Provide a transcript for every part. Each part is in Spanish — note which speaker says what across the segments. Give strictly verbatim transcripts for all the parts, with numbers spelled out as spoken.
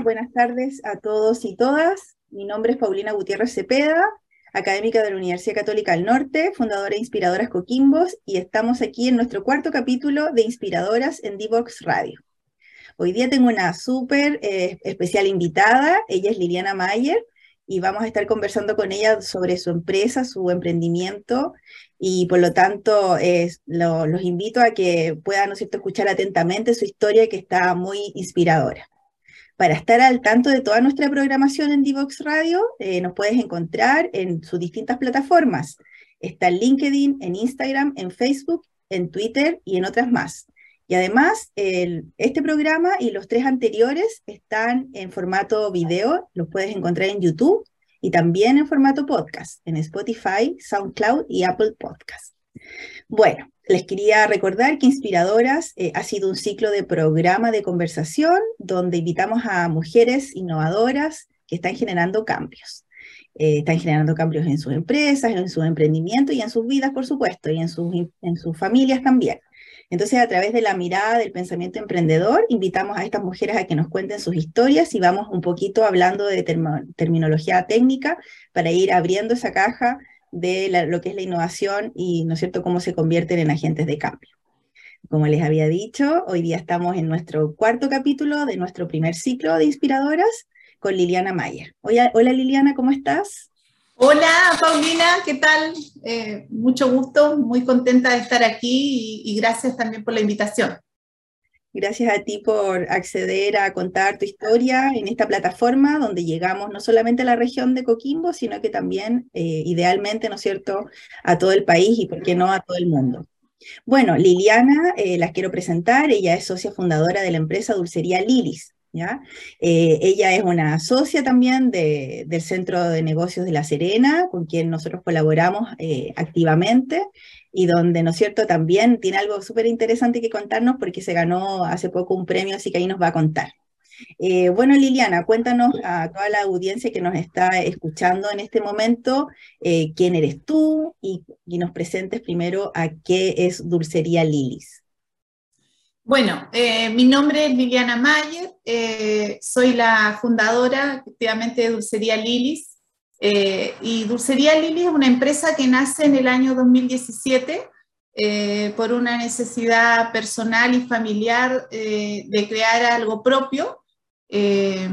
Speaker 1: buenas tardes a todos y todas. Mi nombre es Paulina Gutiérrez Cepeda, académica de la Universidad Católica del Norte, fundadora de Inspiradoras Coquimbos, y estamos aquí en nuestro cuarto capítulo de Inspiradoras en D-Box Radio. Hoy día tengo una súper eh, especial invitada, ella es Liliana Mayer, y vamos a estar conversando con ella sobre su empresa, su emprendimiento, y por lo tanto eh, lo, los invito a que puedan, ¿no es cierto?, escuchar atentamente su historia, que está muy inspiradora. Para estar al tanto de toda nuestra programación en D-Box Radio, eh, nos puedes encontrar en sus distintas plataformas. Está en LinkedIn, en Instagram, en Facebook, en Twitter y en otras más. Y además, el, este programa y los tres anteriores están en formato video, los puedes encontrar en YouTube y también en formato podcast, en Spotify, SoundCloud y Apple Podcast. Bueno, les quería recordar que Inspiradoras eh, ha sido un ciclo de programa de conversación donde invitamos a mujeres innovadoras que están generando cambios. Eh, están generando cambios en sus empresas, en sus emprendimientos y en sus vidas, por supuesto, y en sus, en sus familias también. Entonces, a través de la mirada del pensamiento emprendedor, invitamos a estas mujeres a que nos cuenten sus historias y vamos un poquito hablando de term- terminología técnica para ir abriendo esa caja de la, lo que es la innovación y, ¿no es cierto?, cómo se convierten en agentes de cambio. Como les había dicho, hoy día estamos en nuestro cuarto capítulo de nuestro primer ciclo de Inspiradoras con Liliana Mayer. Hola, hola Liliana, ¿cómo estás?
Speaker 2: Hola Paulina, ¿qué tal? Eh, mucho gusto, muy contenta de estar aquí y, y gracias también por la invitación.
Speaker 1: Gracias a ti por acceder a contar tu historia en esta plataforma donde llegamos no solamente a la región de Coquimbo, sino que también, eh, idealmente, ¿no es cierto?, a todo el país y, ¿por qué no, a todo el mundo. Bueno, Liliana, eh, las quiero presentar. Ella es socia fundadora de la empresa Dulcería Lilis, ¿ya? Eh, ella es una socia también de, del Centro de Negocios de La Serena, con quien nosotros colaboramos eh, activamente, y donde, ¿no es cierto?, también tiene algo súper interesante que contarnos porque se ganó hace poco un premio, así que ahí nos va a contar. Eh, bueno, Liliana, cuéntanos a toda la audiencia que nos está escuchando en este momento, eh, quién eres tú y, y nos presentes primero a qué es Dulcería Lilis.
Speaker 2: Bueno, eh, mi nombre es Liliana Mayer, eh, soy la fundadora efectivamente de Dulcería Lilis, eh, y Dulcería Lilis es una empresa que nace en el año dos mil diecisiete eh, por una necesidad personal y familiar eh, de crear algo propio eh,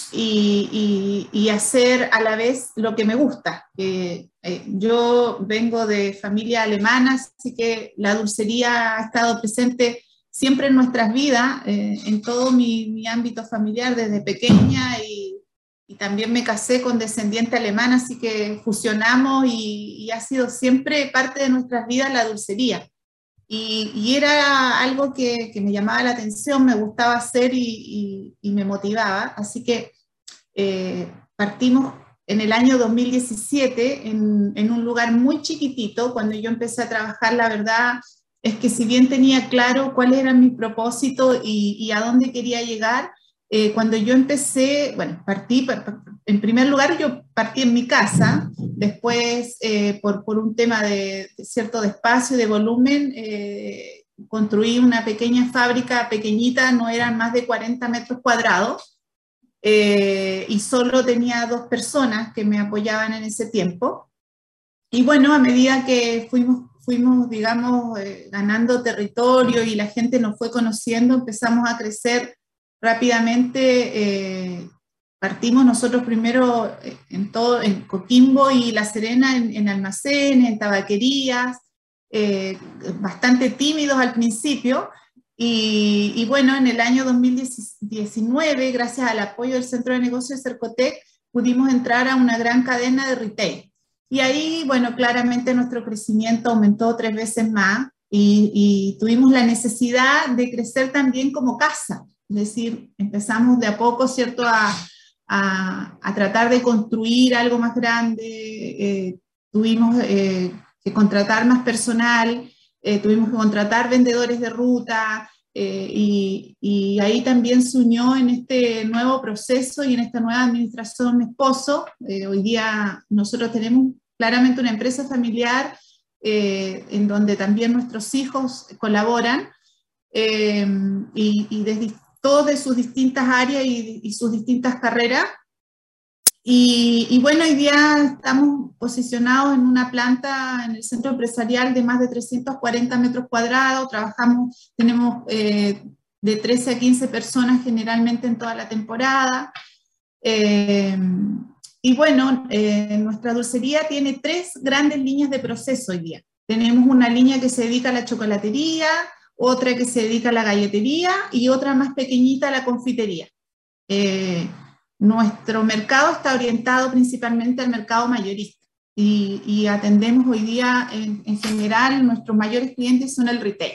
Speaker 2: y, y, y hacer a la vez lo que me gusta. Eh, eh, yo vengo de familia alemana, así que la dulcería ha estado presente siempre en nuestras vidas, eh, en todo mi, mi ámbito familiar desde pequeña, y, y también me casé con descendiente alemán, así que fusionamos y, y ha sido siempre parte de nuestras vidas la dulcería. Y, y era algo que, que me llamaba la atención, me gustaba hacer y, y, y me motivaba, así que eh, partimos en el año dos mil diecisiete en, en un lugar muy chiquitito. Cuando yo empecé a trabajar, la verdad es que si bien tenía claro cuáles eran mis propósitos y, y a dónde quería llegar, eh, cuando yo empecé, bueno, partí, en primer lugar yo partí en mi casa, después eh, por, por un tema de, de cierto de espacio, de volumen, eh, construí una pequeña fábrica pequeñita, no eran más de cuarenta metros cuadrados, eh, y solo tenía dos personas que me apoyaban en ese tiempo. Y bueno, a medida que fuimos fuimos, digamos, eh, ganando territorio y la gente nos fue conociendo, empezamos a crecer rápidamente. Eh, partimos nosotros primero en todo, en Coquimbo y La Serena, en, en almacenes, en tabaquerías, eh, bastante tímidos al principio, y, y bueno, en el año dos mil diecinueve, gracias al apoyo del Centro de Negocios de Cercotec, pudimos entrar a una gran cadena de retail. Y ahí, bueno, claramente nuestro crecimiento aumentó tres veces más y, y tuvimos la necesidad de crecer también como casa. Es decir, empezamos de a poco, ¿cierto?, a, a, a tratar de construir algo más grande. Eh, tuvimos eh, que contratar más personal, eh, tuvimos que contratar vendedores de ruta, eh, y, y ahí también se unió en este nuevo proceso y en esta nueva administración mi esposo. Eh, hoy día nosotros tenemos claramente una empresa familiar eh, en donde también nuestros hijos colaboran, eh, y, y desde todos de sus distintas áreas y, y sus distintas carreras. Y, y bueno, hoy día estamos posicionados en una planta en el centro empresarial de más de trescientos cuarenta metros cuadrados, trabajamos, tenemos eh, de trece a quince personas generalmente en toda la temporada. Eh, y bueno, eh, nuestra dulcería tiene tres grandes líneas de proceso hoy día. Tenemos una línea que se dedica a la chocolatería, otra que se dedica a la galletería y otra más pequeñita a la confitería. Eh, Nuestro mercado está orientado principalmente al mercado mayorista y, y atendemos hoy día, en, en general, nuestros mayores clientes son el retail.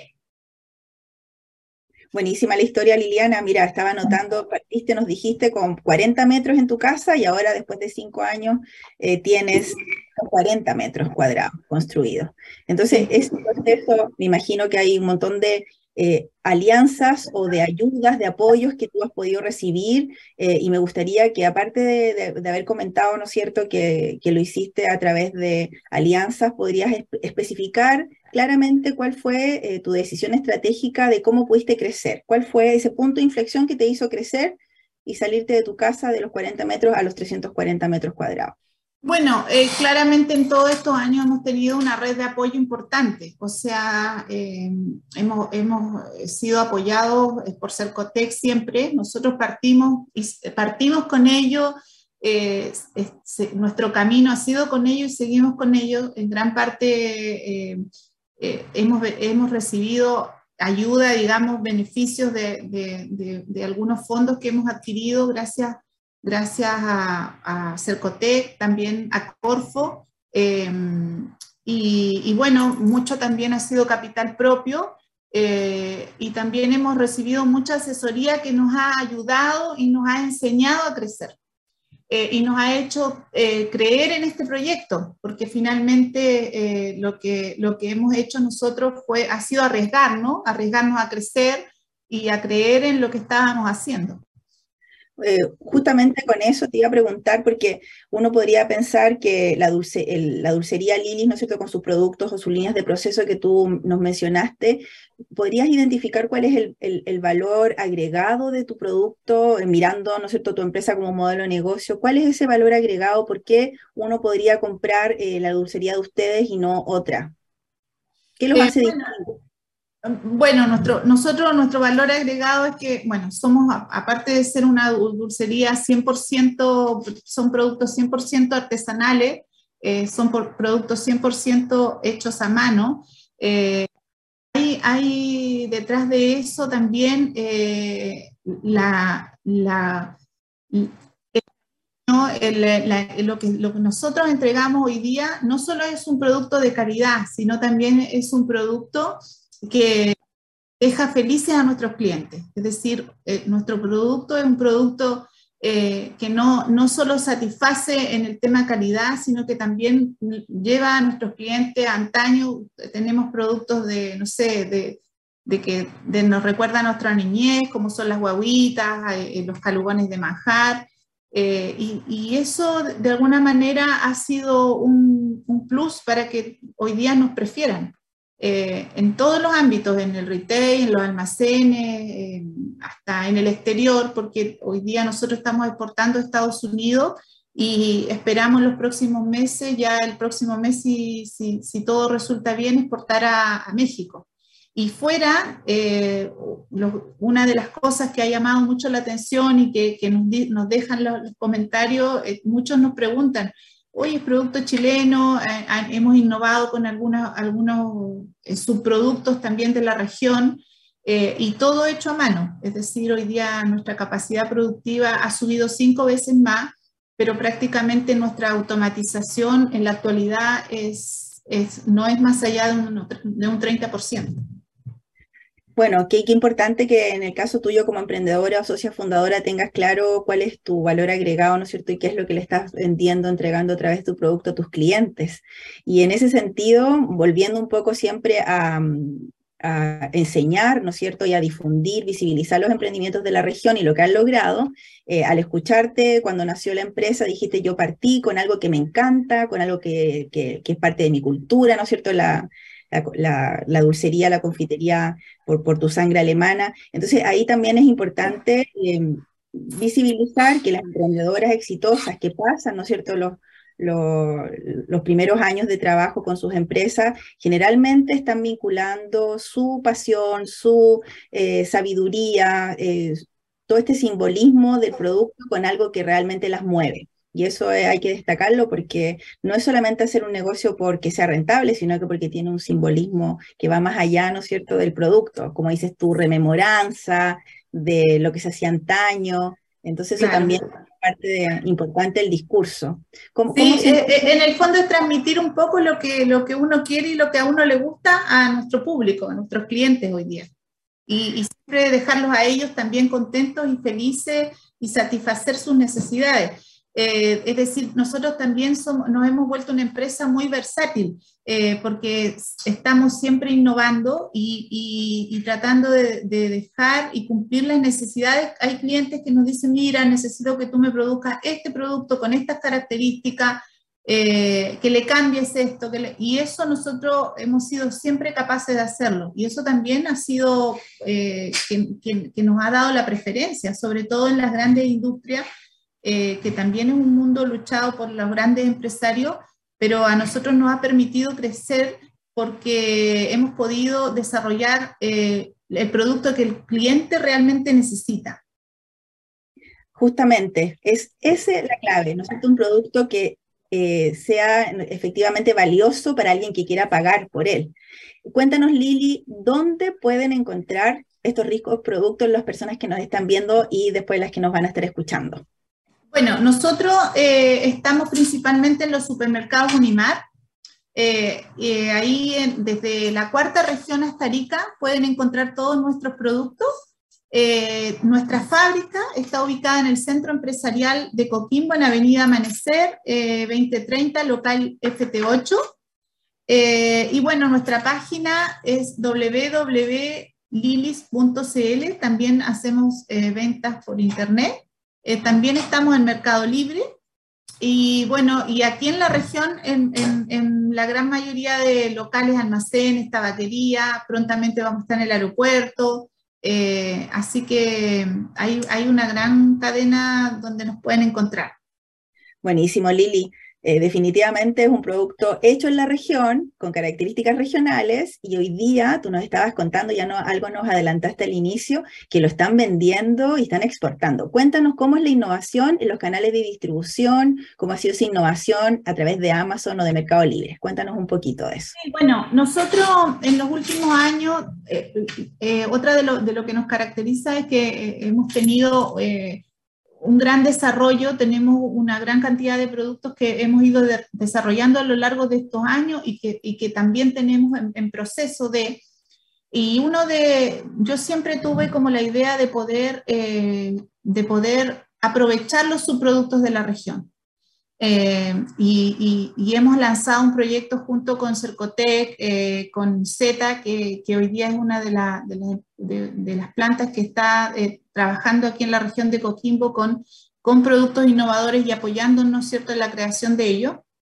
Speaker 1: Buenísima la historia, Liliana. Mira, estaba anotando, partiste, nos dijiste, con cuarenta metros en tu casa y ahora, después de cinco años, eh, tienes cuarenta metros cuadrados construidos. Entonces, este proceso, me imagino que hay un montón de eh, alianzas o de ayudas, de apoyos que tú has podido recibir, eh, y me gustaría que, aparte de, de, de haber comentado, ¿no es cierto?, que, que lo hiciste a través de alianzas, podrías espe- especificar claramente cuál fue eh, tu decisión estratégica de cómo pudiste crecer, cuál fue ese punto de inflexión que te hizo crecer y salirte de tu casa de los cuarenta metros a los trescientos cuarenta metros cuadrados.
Speaker 2: Bueno, eh, claramente en todos estos años hemos tenido una red de apoyo importante, o sea, eh, hemos, hemos sido apoyados por Cercotec siempre. Nosotros partimos, partimos con ellos, eh, es, nuestro camino ha sido con ellos y seguimos con ellos. En gran parte eh, eh, hemos, hemos recibido ayuda, digamos, beneficios de, de, de, de algunos fondos que hemos adquirido gracias a gracias a, a Cercotec, también a Corfo, eh, y, y bueno, mucho también ha sido capital propio, eh, y también hemos recibido mucha asesoría que nos ha ayudado y nos ha enseñado a crecer, eh, y nos ha hecho eh, creer en este proyecto, porque finalmente eh, lo, que, lo que hemos hecho nosotros fue, ha sido arriesgarnos, arriesgarnos a crecer y a creer en lo que estábamos haciendo.
Speaker 1: Eh, justamente con eso te iba a preguntar, porque uno podría pensar que la, dulce, el, la dulcería Lilis, ¿no es cierto?, con sus productos o sus líneas de proceso que tú nos mencionaste, ¿podrías identificar cuál es el, el, el valor agregado de tu producto, eh, mirando, ¿no es cierto?, tu empresa como modelo de negocio? ¿Cuál es ese valor agregado? ¿Por qué uno podría comprar eh, la dulcería de ustedes y no otra? ¿Qué los
Speaker 2: Eh,
Speaker 1: hace
Speaker 2: bueno,
Speaker 1: distintos?
Speaker 2: Bueno, nuestro, nosotros, nuestro valor agregado es que, bueno, somos, aparte de ser una dulcería cien por ciento, son productos cien por ciento artesanales, eh, son por, productos cien por ciento hechos a mano. Eh, hay, hay detrás de eso también eh, la, la, ¿no? el, la, lo, que, lo que nosotros entregamos hoy día no solo es un producto de calidad, sino también es un producto que deja felices a nuestros clientes. Es decir, eh, nuestro producto es un producto eh, que no, no solo satisface en el tema calidad, sino que también lleva a nuestros clientes. Antaño tenemos productos de, no sé, de, de que de, nos recuerda a nuestra niñez, como son las guaguitas, eh, los calugones de manjar, eh, y, y eso de alguna manera ha sido un, un plus para que hoy día nos prefieran. Eh, en todos los ámbitos, en el retail, en los almacenes, eh, hasta en el exterior, porque hoy día nosotros estamos exportando a Estados Unidos y esperamos los próximos meses, ya el próximo mes, si, si, si todo resulta bien, exportar a, a México. Y fuera, eh, lo, una de las cosas que ha llamado mucho la atención y que, que nos, nos dejan los, los comentarios, eh, muchos nos preguntan, oye, es producto chileno, eh, hemos innovado con algunos, algunos eh, subproductos también de la región, eh, y todo hecho a mano. Es decir, hoy día nuestra capacidad productiva ha subido cinco veces más, pero prácticamente nuestra automatización en la actualidad es, es, no es más allá de un, de un treinta por ciento.
Speaker 1: Bueno, qué, qué importante que en el caso tuyo como emprendedora o socia fundadora tengas claro cuál es tu valor agregado, ¿no es cierto? Y qué es lo que le estás vendiendo, entregando a través de tu producto a tus clientes. Y en ese sentido, volviendo un poco siempre a, a enseñar, ¿no es cierto? Y a difundir, visibilizar los emprendimientos de la región y lo que han logrado, eh, al escucharte cuando nació la empresa, dijiste, yo partí con algo que me encanta, con algo que, que, que es parte de mi cultura, ¿no es cierto? La, la, la, la dulcería, la confitería por, por tu sangre alemana. Entonces ahí también es importante eh, visibilizar que las emprendedoras exitosas que pasan, ¿no es cierto?, los, los, los primeros años de trabajo con sus empresas, generalmente están vinculando su pasión, su eh, sabiduría, eh, todo este simbolismo del producto con algo que realmente las mueve. Y eso eh, hay que destacarlo porque no es solamente hacer un negocio porque sea rentable, sino que porque tiene un simbolismo que va más allá, ¿no es cierto?, del producto. Como dices tú, rememoranza de lo que se hacía antaño. Entonces eso
Speaker 2: Claro.
Speaker 1: también es parte de, importante del discurso. ¿Cómo,
Speaker 2: Sí,
Speaker 1: cómo se...
Speaker 2: eh, eh, en el fondo es transmitir un poco lo que, lo que uno quiere y lo que a uno le gusta a nuestro público, a nuestros clientes hoy día. Y, y siempre dejarlos a ellos también contentos y felices y satisfacer sus necesidades. Eh, es decir, nosotros también somos, nos hemos vuelto una empresa muy versátil, eh, porque estamos siempre innovando y, y, y tratando de, de dejar y cumplir las necesidades. Hay clientes que nos dicen, mira, necesito que tú me produzcas este producto con estas características, eh, que le cambies esto, que le... y eso nosotros hemos sido siempre capaces de hacerlo, y eso también ha sido eh, que, que, que nos ha dado la preferencia, sobre todo en las grandes industrias, eh, que también es un mundo luchado por los grandes empresarios, pero a nosotros nos ha permitido crecer porque hemos podido desarrollar eh, el producto que el cliente realmente necesita.
Speaker 1: Justamente, es esa es la clave, ¿no es cierto? Un producto que eh, sea efectivamente valioso para alguien que quiera pagar por él. Cuéntanos, Lili, ¿dónde pueden encontrar estos ricos productos las personas que nos están viendo y después las que nos van a estar escuchando?
Speaker 2: Bueno, nosotros eh, estamos principalmente en los supermercados Unimar. Eh, eh, ahí en, desde la cuarta región hasta Arica pueden encontrar todos nuestros productos. Eh, nuestra fábrica está ubicada en el Centro Empresarial de Coquimbo, en Avenida Amanecer, eh, veinte treinta, local F T ocho. Eh, y bueno, nuestra página es w w w punto lilis punto c l. También hacemos eh, ventas por internet. Eh, también estamos en Mercado Libre. Y bueno, y aquí en la región, en, en, en la gran mayoría de locales, almacenes, tabaquería, prontamente vamos a estar en el aeropuerto. Eh, así que hay, hay una gran cadena donde nos pueden encontrar.
Speaker 1: Buenísimo, Lili. Eh, definitivamente es un producto hecho en la región, con características regionales, y hoy día tú nos estabas contando, ya no, algo nos adelantaste al inicio, que lo están vendiendo y están exportando. Cuéntanos cómo es la innovación en los canales de distribución, cómo ha sido esa innovación a través de Amazon o de Mercado Libre. Cuéntanos un poquito de eso.
Speaker 2: Sí, bueno, nosotros en los últimos años, eh, eh, otra de lo, de lo que nos caracteriza es que eh, hemos tenido... Eh, un gran desarrollo, tenemos una gran cantidad de productos que hemos ido de, desarrollando a lo largo de estos años y que, y que también tenemos en, en proceso de, y uno de, yo siempre tuve como la idea de poder, eh, de poder aprovechar los subproductos de la región. Eh, y, y, y hemos lanzado un proyecto junto con Cercotec, eh, con Z, que, que hoy día es una de, la, de, la, de, de las plantas que está eh, trabajando aquí en la región de Coquimbo con, con productos innovadores y apoyándonos, ¿cierto?, en la creación de ellos.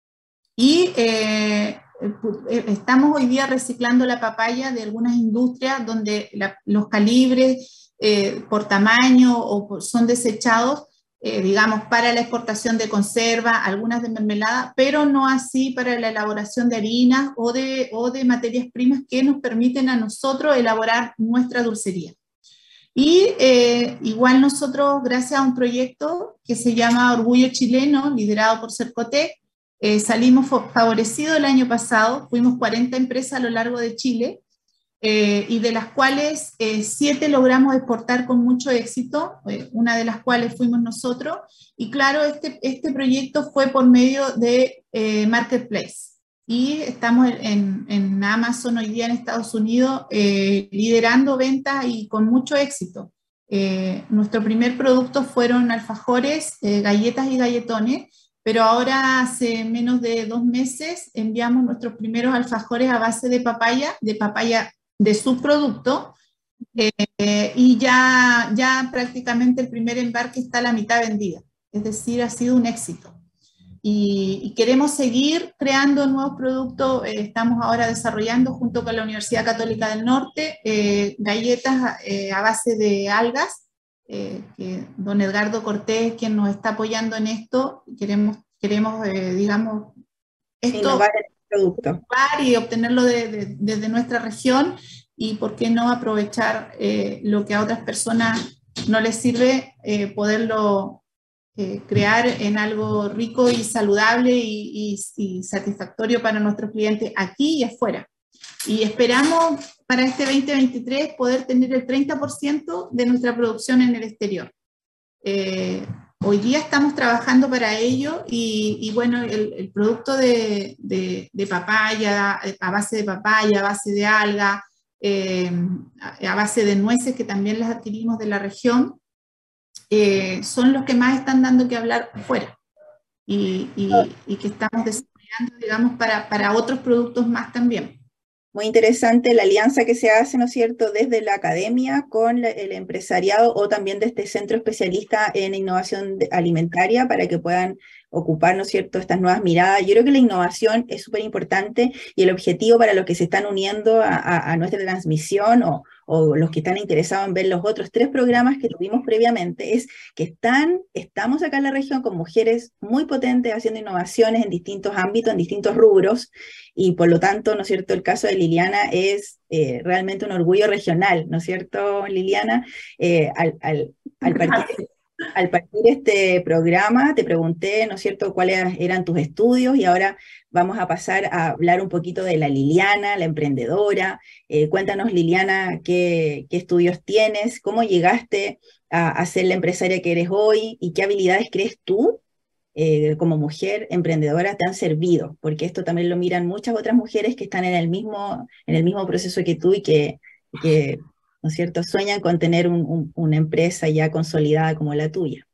Speaker 2: Y eh, estamos hoy día reciclando la papaya de algunas industrias donde la, los calibres eh, por tamaño o por, son desechados, Eh, digamos, para la exportación de conserva, algunas de mermelada, pero no así para la elaboración de harinas o de, o de materias primas que nos permiten a nosotros elaborar nuestra dulcería. Y eh, igual nosotros, gracias a un proyecto que se llama Orgullo Chileno, liderado por Cercotec, eh, salimos favorecidos el año pasado, fuimos cuarenta empresas a lo largo de Chile, Eh, y de las cuales eh, siete logramos exportar con mucho éxito, eh, una de las cuales fuimos nosotros, y claro, este, este proyecto fue por medio de eh, Marketplace, y estamos en, en Amazon hoy día en Estados Unidos eh, liderando ventas y con mucho éxito. Eh, nuestro primer producto fueron alfajores, eh, galletas y galletones, pero ahora hace menos de dos meses enviamos nuestros primeros alfajores a base de papaya, de papaya de subproducto, eh, y ya, ya prácticamente el primer embarque está a la mitad vendida, es decir, ha sido un éxito. y, y queremos seguir creando nuevos productos. Eh, estamos ahora desarrollando junto con la Universidad Católica del Norte eh, galletas eh, a base de algas, eh, que don Edgardo Cortés, quien nos está apoyando en esto. Queremos, queremos eh, digamos, esto,
Speaker 1: innovar en el producto.
Speaker 2: Y obtenerlo de, de, desde nuestra región, y por qué no aprovechar eh, lo que a otras personas no les sirve, eh, poderlo Eh, crear en algo rico y saludable y, y, y satisfactorio para nuestros clientes aquí y afuera. Y esperamos para este veinte veintitrés poder tener el treinta por ciento de nuestra producción en el exterior. Eh, hoy día estamos trabajando para ello, y, y bueno, el, el producto de, de, de papaya, a base de papaya, a base de alga, eh, a base de nueces, que también las adquirimos de la región, Eh, son los que más están dando que hablar afuera, y, y, y que estamos desarrollando, digamos, para, para otros productos más también.
Speaker 1: Muy interesante la alianza que se hace, ¿no es cierto?, desde la academia con la, el empresariado, o también de este centro especialista en innovación alimentaria, para que puedan ocupar, ¿no es cierto?, estas nuevas miradas. Yo creo que la innovación es súper importante, y el objetivo para los que se están uniendo a, a, a nuestra transmisión, o, o los que están interesados en ver los otros tres programas que tuvimos previamente, es que están, estamos acá en la región con mujeres muy potentes haciendo innovaciones en distintos ámbitos, en distintos rubros, y por lo tanto, ¿no es cierto?, el caso de Liliana es eh, realmente un orgullo regional, ¿no es cierto, Liliana? Eh, al, al, al partir... Al partir de este programa te pregunté, ¿no es cierto?, cuáles eran tus estudios, y ahora vamos a pasar a hablar un poquito de la Liliana, la emprendedora. Eh, cuéntanos, Liliana, ¿qué, qué estudios tienes? ¿Cómo llegaste a, a ser la empresaria que eres hoy? ¿Y qué habilidades crees tú, eh, como mujer emprendedora, te han servido? Porque esto también lo miran muchas otras mujeres que están en el mismo, en el mismo proceso que tú, y que... que ¿no es cierto?, sueñan con tener un, un, una empresa ya consolidada como la tuya.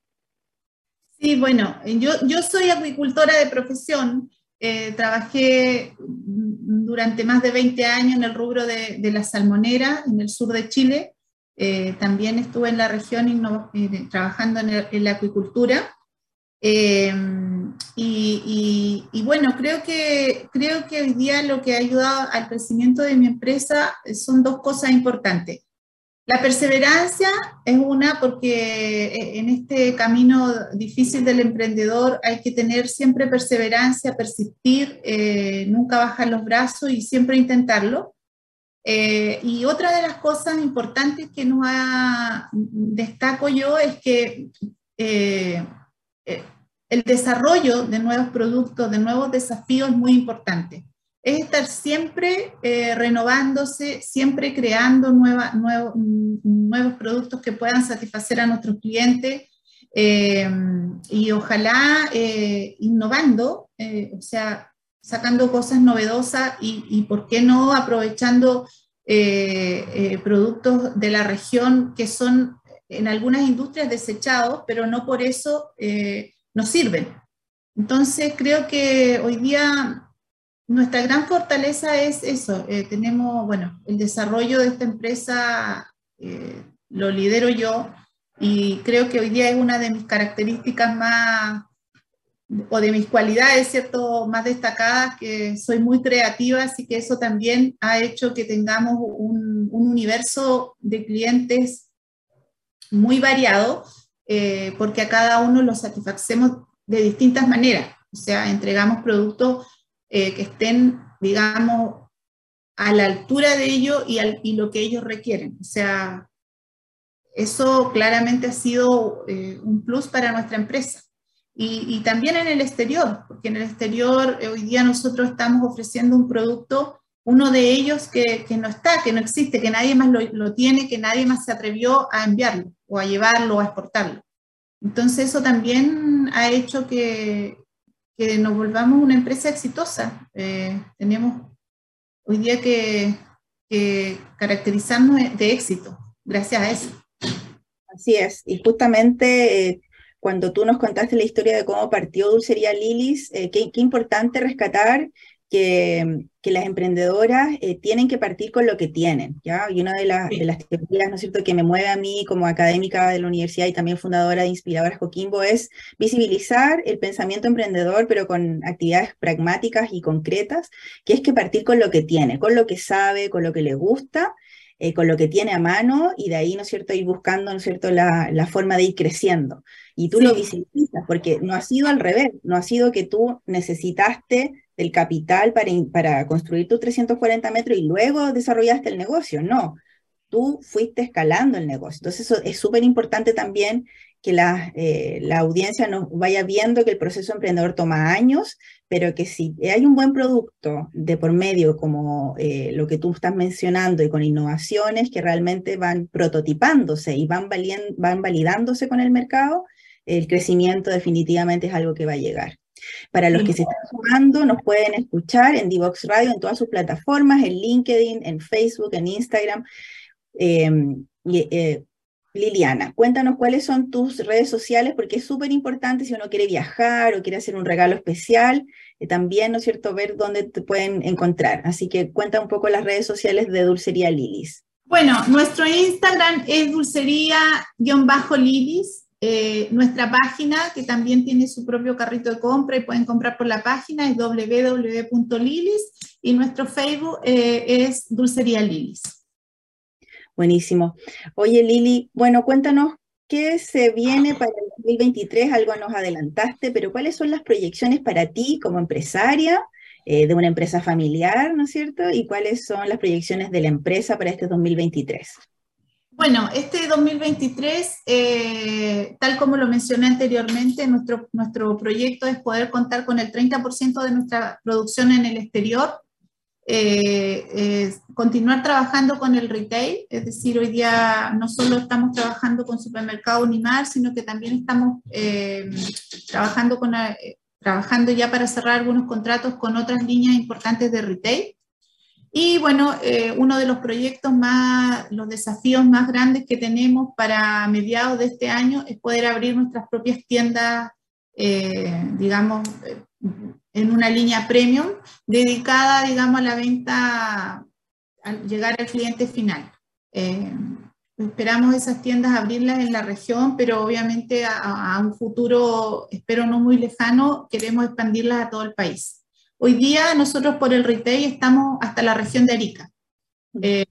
Speaker 2: Sí, bueno, yo, yo soy acuicultora de profesión. Eh, trabajé durante más de veinte años en el rubro de, de la salmonera en el sur de Chile. Eh, también estuve en la región y no, eh, trabajando en, el, en la acuicultura. Eh, y, y, y bueno, creo que, creo que hoy día lo que ha ayudado al crecimiento de mi empresa son dos cosas importantes. La perseverancia es una, porque en este camino difícil del emprendedor hay que tener siempre perseverancia, persistir, eh, nunca bajar los brazos y siempre intentarlo. Eh, y otra de las cosas importantes que nos ha, destaco yo, es que eh, eh, el desarrollo de nuevos productos, de nuevos desafíos es muy importante. Es estar siempre eh, renovándose, siempre creando nueva, nuevo, nuevos productos que puedan satisfacer a nuestros clientes, eh, y ojalá eh, innovando, eh, o sea, sacando cosas novedosas, y, y por qué no aprovechando eh, eh, productos de la región que son en algunas industrias desechados, pero no por eso eh, nos sirven. Entonces creo que hoy día nuestra gran fortaleza es eso. Eh, tenemos, bueno, el desarrollo de esta empresa eh, lo lidero yo, y creo que hoy día es una de mis características más, o de mis cualidades, ¿cierto?, más destacadas, que soy muy creativa, así que eso también ha hecho que tengamos un, un universo de clientes muy variado, eh, porque a cada uno lo satisfacemos de distintas maneras. O sea, entregamos productos eh, que estén, digamos, a la altura de ellos y, al, y lo que ellos requieren. O sea, eso claramente ha sido eh, un plus para nuestra empresa. Y, y también en el exterior, porque en el exterior eh, hoy día nosotros estamos ofreciendo un producto, uno de ellos que, que no está, que no existe, que nadie más lo, lo tiene, que nadie más se atrevió a enviarlo, o a llevarlo, o a exportarlo. Entonces eso también ha hecho que, que nos volvamos una empresa exitosa. Eh, tenemos hoy día que, que caracterizarnos de éxito, gracias a eso.
Speaker 1: Así es, y justamente eh, cuando tú nos contaste la historia de cómo partió Dulcería Lilis, eh, qué, qué importante rescatar que, que las emprendedoras eh, tienen que partir con lo que tienen, ¿ya? Y una de, la, de las teorías, ¿no es cierto?, que me mueve a mí como académica de la universidad y también fundadora de Inspiradoras Coquimbo es visibilizar el pensamiento emprendedor, pero con actividades pragmáticas y concretas, que es que partir con lo que tiene, con lo que sabe, con lo que le gusta, eh, con lo que tiene a mano, y de ahí, ¿no es cierto?, ir buscando, ¿no es cierto?, la, la forma de ir creciendo. Y tú
Speaker 2: Sí.
Speaker 1: lo visibilizas, porque no ha sido al revés, no ha sido que tú necesitaste del capital para, para construir tus trescientos cuarenta metros y luego desarrollaste el negocio, no, tú fuiste escalando el negocio. Entonces eso es súper importante también que la, eh, la audiencia nos vaya viendo que el proceso emprendedor toma años, pero que si hay un buen producto de por medio, como eh, lo que tú estás mencionando, y con innovaciones que realmente van prototipándose y van, valien, van validándose con el mercado, el crecimiento definitivamente es algo que va a llegar. Para los que se están sumando, nos pueden escuchar en Divox Radio, en todas sus plataformas, en LinkedIn, en Facebook, en Instagram. Eh, eh, Liliana, cuéntanos cuáles son tus redes sociales, porque es súper importante si uno quiere viajar o quiere hacer un regalo especial, eh, también, ¿no es cierto?, ver dónde te pueden encontrar. Así que cuenta un poco las redes sociales de Dulcería Lilis.
Speaker 2: Bueno, nuestro Instagram es dulcería-lilis. Eh, nuestra página, que también tiene su propio carrito de compra y pueden comprar por la página, es doble u doble u doble u punto lilis, y nuestro Facebook eh, es Dulcería Lilis.
Speaker 1: Buenísimo. Oye, Lili, bueno, cuéntanos qué se viene para el dos mil veintitrés, algo nos adelantaste, pero ¿cuáles son las proyecciones para ti como empresaria eh, de una empresa familiar, ¿no es cierto? ¿Y cuáles son las proyecciones de la empresa para este dos mil veintitrés?
Speaker 2: Bueno, este dos mil veintitrés, eh, tal como lo mencioné anteriormente, nuestro, nuestro proyecto es poder contar con el treinta por ciento de nuestra producción en el exterior, eh, eh, continuar trabajando con el retail, es decir, hoy día no solo estamos trabajando con Supermercado Unimar, sino que también estamos eh, trabajando, con, eh, trabajando ya para cerrar algunos contratos con otras líneas importantes de retail. Y bueno, eh, uno de los proyectos más, los desafíos más grandes que tenemos para mediados de este año es poder abrir nuestras propias tiendas, eh, digamos, en una línea premium, dedicada, digamos, a la venta, al llegar al cliente final. Eh, esperamos esas tiendas abrirlas en la región, pero obviamente a, a un futuro, espero no muy lejano, queremos expandirlas a todo el país. Hoy día nosotros por el retail estamos hasta la región de Arica. Eh,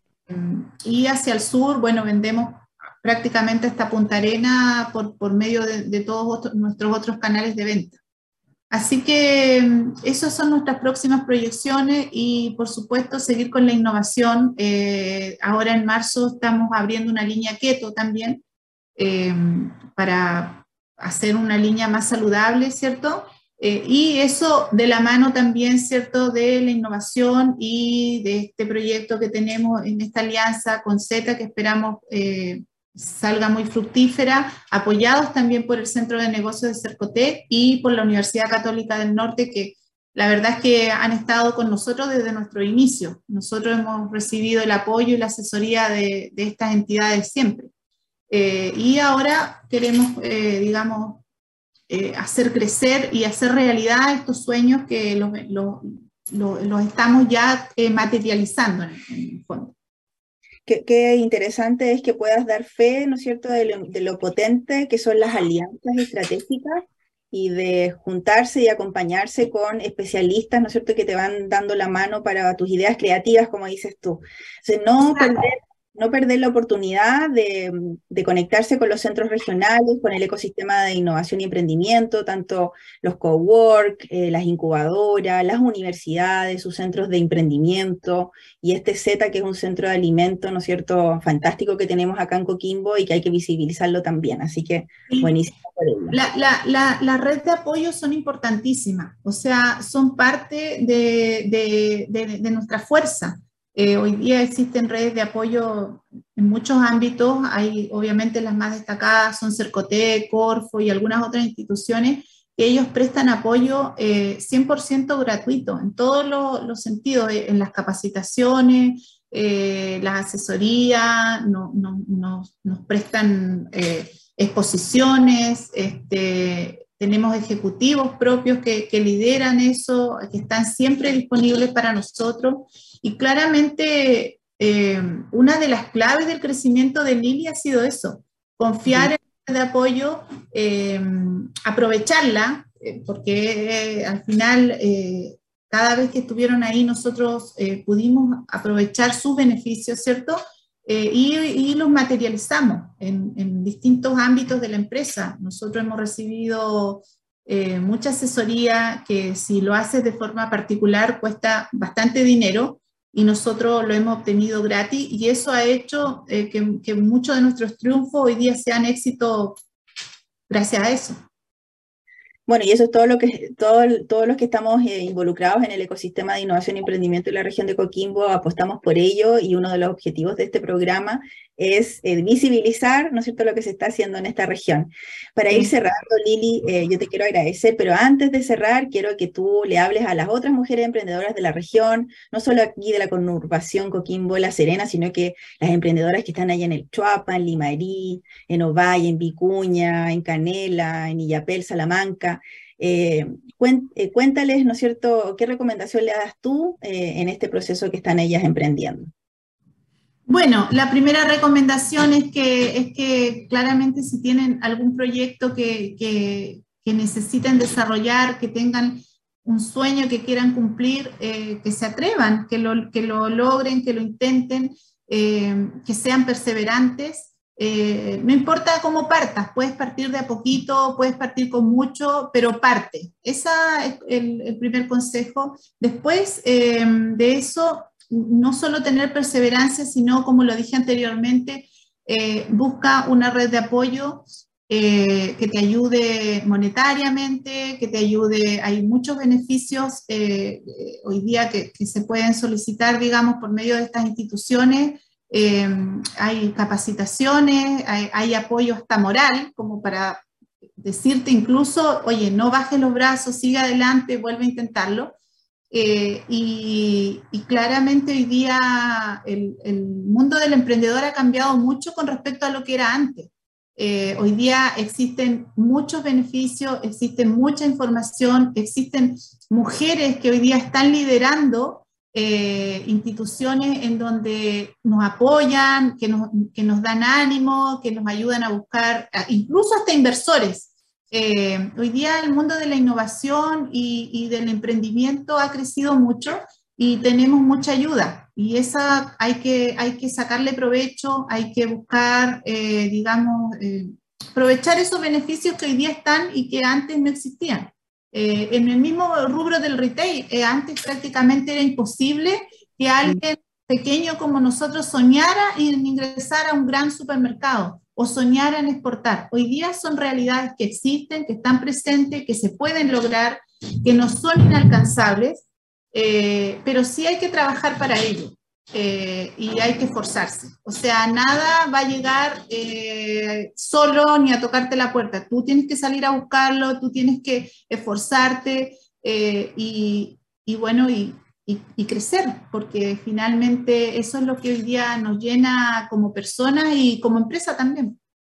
Speaker 2: y hacia el sur, bueno, vendemos prácticamente hasta Punta Arena por, por medio de, de todos otros, nuestros otros canales de venta. Así que esas son nuestras próximas proyecciones y por supuesto seguir con la innovación. Eh, ahora en marzo estamos abriendo una línea keto también eh, para hacer una línea más saludable, ¿cierto? Eh, y eso de la mano también, ¿cierto?, de la innovación y de este proyecto que tenemos en esta alianza con Z, que esperamos eh, salga muy fructífera, apoyados también por el Centro de Negocios de Cercotec y por la Universidad Católica del Norte, que la verdad es que han estado con nosotros desde nuestro inicio. Nosotros hemos recibido el apoyo y la asesoría de, de estas entidades siempre. Eh, y ahora queremos, eh, digamos, Eh, hacer crecer y hacer realidad estos sueños que los, los, los, los estamos ya eh, materializando en el, en el fondo.
Speaker 1: Qué, qué interesante es que puedas dar fe, ¿no es cierto?, de lo, de lo potente que son las alianzas estratégicas y de juntarse y acompañarse con especialistas, ¿no es cierto?, que te van dando la mano para tus ideas creativas, como dices tú. O sea, no perder No perder la oportunidad de, de conectarse con los centros regionales, con el ecosistema de innovación y emprendimiento, tanto los cowork, eh, las incubadoras, las universidades, sus centros de emprendimiento, y este Z, que es un centro de alimento, ¿no es cierto?, fantástico que tenemos acá en Coquimbo y que hay que visibilizarlo también. Así que, buenísimo por ello.
Speaker 2: La, la, la, la red de apoyo son importantísimas, o sea, son parte de, de, de, de nuestra fuerza. Eh, hoy día existen redes de apoyo en muchos ámbitos, hay obviamente las más destacadas son Cercotec, Corfo y algunas otras instituciones que ellos prestan apoyo eh, cien por ciento gratuito en todos los, los sentidos, eh, en las capacitaciones, eh, las asesorías, no, no, no, nos prestan eh, exposiciones, este, tenemos ejecutivos propios que, que lideran eso, que están siempre disponibles para nosotros, y claramente eh, una de las claves del crecimiento de Lili ha sido eso, confiar en la red de apoyo, eh, aprovecharla, eh, porque eh, al final eh, cada vez que estuvieron ahí nosotros eh, pudimos aprovechar sus beneficios, ¿cierto? Eh, y, y los materializamos en, en distintos ámbitos de la empresa. Nosotros hemos recibido eh, mucha asesoría que si lo haces de forma particular cuesta bastante dinero, y nosotros lo hemos obtenido gratis, y eso ha hecho eh, que, que muchos de nuestros triunfos hoy día sean éxito gracias a eso.
Speaker 1: Bueno, y eso es todo lo que, todo, todos los que estamos eh, involucrados en el ecosistema de innovación y emprendimiento en la región de Coquimbo apostamos por ello, y uno de los objetivos de este programa es eh, visibilizar, ¿no es cierto?, lo que se está haciendo en esta región. Para sí. ir cerrando, Lili, eh, yo te quiero agradecer, pero antes de cerrar, quiero que tú le hables a las otras mujeres emprendedoras de la región, no solo aquí de la conurbación Coquimbo, La Serena, sino que las emprendedoras que están allá en el Chuapa, en Limarí, en Ovalle, en Vicuña, en Canela, en Illapel, Salamanca. Eh, cuént, eh, cuéntales, ¿no es cierto?, qué recomendación le das tú eh, en este proceso que están ellas emprendiendo.
Speaker 2: Bueno, la primera recomendación es que, es que claramente si tienen algún proyecto que, que, que necesiten desarrollar, que tengan un sueño que quieran cumplir, eh, que se atrevan, que lo, que lo logren, que lo intenten, eh, que sean perseverantes. Eh, no importa cómo partas, puedes partir de a poquito, puedes partir con mucho, pero parte. Ese es el, el primer consejo. Después eh, de eso, no solo tener perseverancia, sino, como lo dije anteriormente, eh, busca una red de apoyo eh, que te ayude monetariamente, que te ayude. Hay muchos beneficios eh, hoy día que, que se pueden solicitar, digamos, por medio de estas instituciones. Eh, hay capacitaciones, hay, hay apoyo hasta moral, como para decirte incluso, oye, no bajes los brazos, sigue adelante, vuelve a intentarlo. Eh, y, y claramente hoy día el, el mundo del emprendedor ha cambiado mucho con respecto a lo que era antes. Eh, hoy día existen muchos beneficios, existe mucha información, existen mujeres que hoy día están liderando Eh, instituciones en donde nos apoyan, que nos, que nos dan ánimo, que nos ayudan a buscar, incluso hasta inversores. Eh, hoy día el mundo de la innovación y, y del emprendimiento ha crecido mucho y tenemos mucha ayuda, y esa hay que, hay que sacarle provecho, hay que buscar, eh, digamos, eh, aprovechar esos beneficios que hoy día están y que antes no existían. Eh, en el mismo rubro del retail, eh, antes prácticamente era imposible que alguien pequeño como nosotros soñara en ingresar a un gran supermercado o soñara en exportar. Hoy día son realidades que existen, que están presentes, que se pueden lograr, que no son inalcanzables, eh, pero sí hay que trabajar para ello. Eh, y hay que esforzarse. O sea, nada va a llegar eh, solo ni a tocarte la puerta. Tú tienes que salir a buscarlo, tú tienes que esforzarte eh, y, y bueno, y, y, y crecer, porque finalmente eso es lo que hoy día nos llena como personas y como empresa también.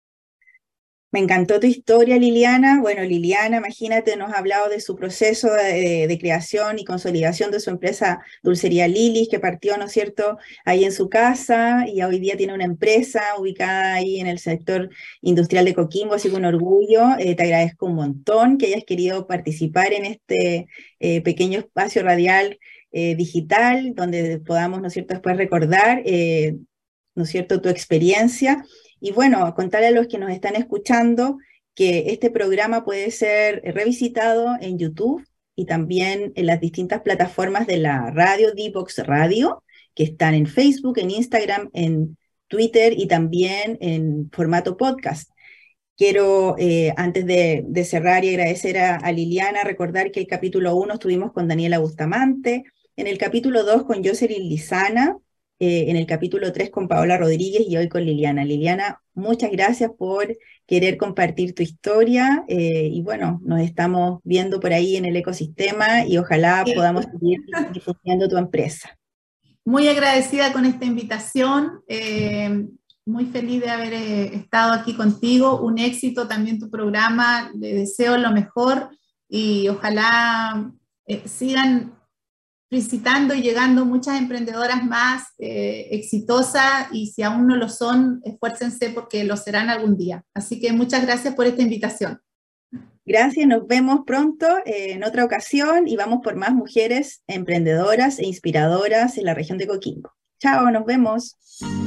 Speaker 1: Me encantó tu historia, Liliana. Bueno, Liliana, imagínate, nos ha hablado de su proceso de, de creación y consolidación de su empresa Dulcería Lilis, que partió, ¿no es cierto?, ahí en su casa, y hoy día tiene una empresa ubicada ahí en el sector industrial de Coquimbo, así que un orgullo. Eh, te agradezco un montón que hayas querido participar en este eh, pequeño espacio radial eh, digital, donde podamos, ¿no es cierto?, después recordar, eh, ¿no es cierto?, tu experiencia. Y bueno, contarle a los que nos están escuchando que este programa puede ser revisitado en YouTube y también en las distintas plataformas de la radio, D-Box Radio, que están en Facebook, en Instagram, en Twitter y también en formato podcast. Quiero, eh, antes de, de cerrar y agradecer a, a Liliana, recordar que el capítulo uno estuvimos con Daniela Bustamante, en el capítulo dos con Jocelyn Lizana, Eh, en el capítulo tres con Paola Rodríguez y hoy con Liliana. Liliana, muchas gracias por querer compartir tu historia eh, y bueno, nos estamos viendo por ahí en el ecosistema y ojalá podamos seguir difundiendo tu empresa.
Speaker 2: Muy agradecida con esta invitación. Eh, muy feliz de haber eh, estado aquí contigo. Un éxito también tu programa. Le deseo lo mejor y ojalá eh, sigan visitando y llegando muchas emprendedoras más eh, exitosas, y si aún no lo son, esfuércense porque lo serán algún día. Así que muchas gracias por esta invitación.
Speaker 1: Gracias, nos vemos pronto eh, en otra ocasión y vamos por más mujeres emprendedoras e inspiradoras en la región de Coquimbo. Chao, nos vemos.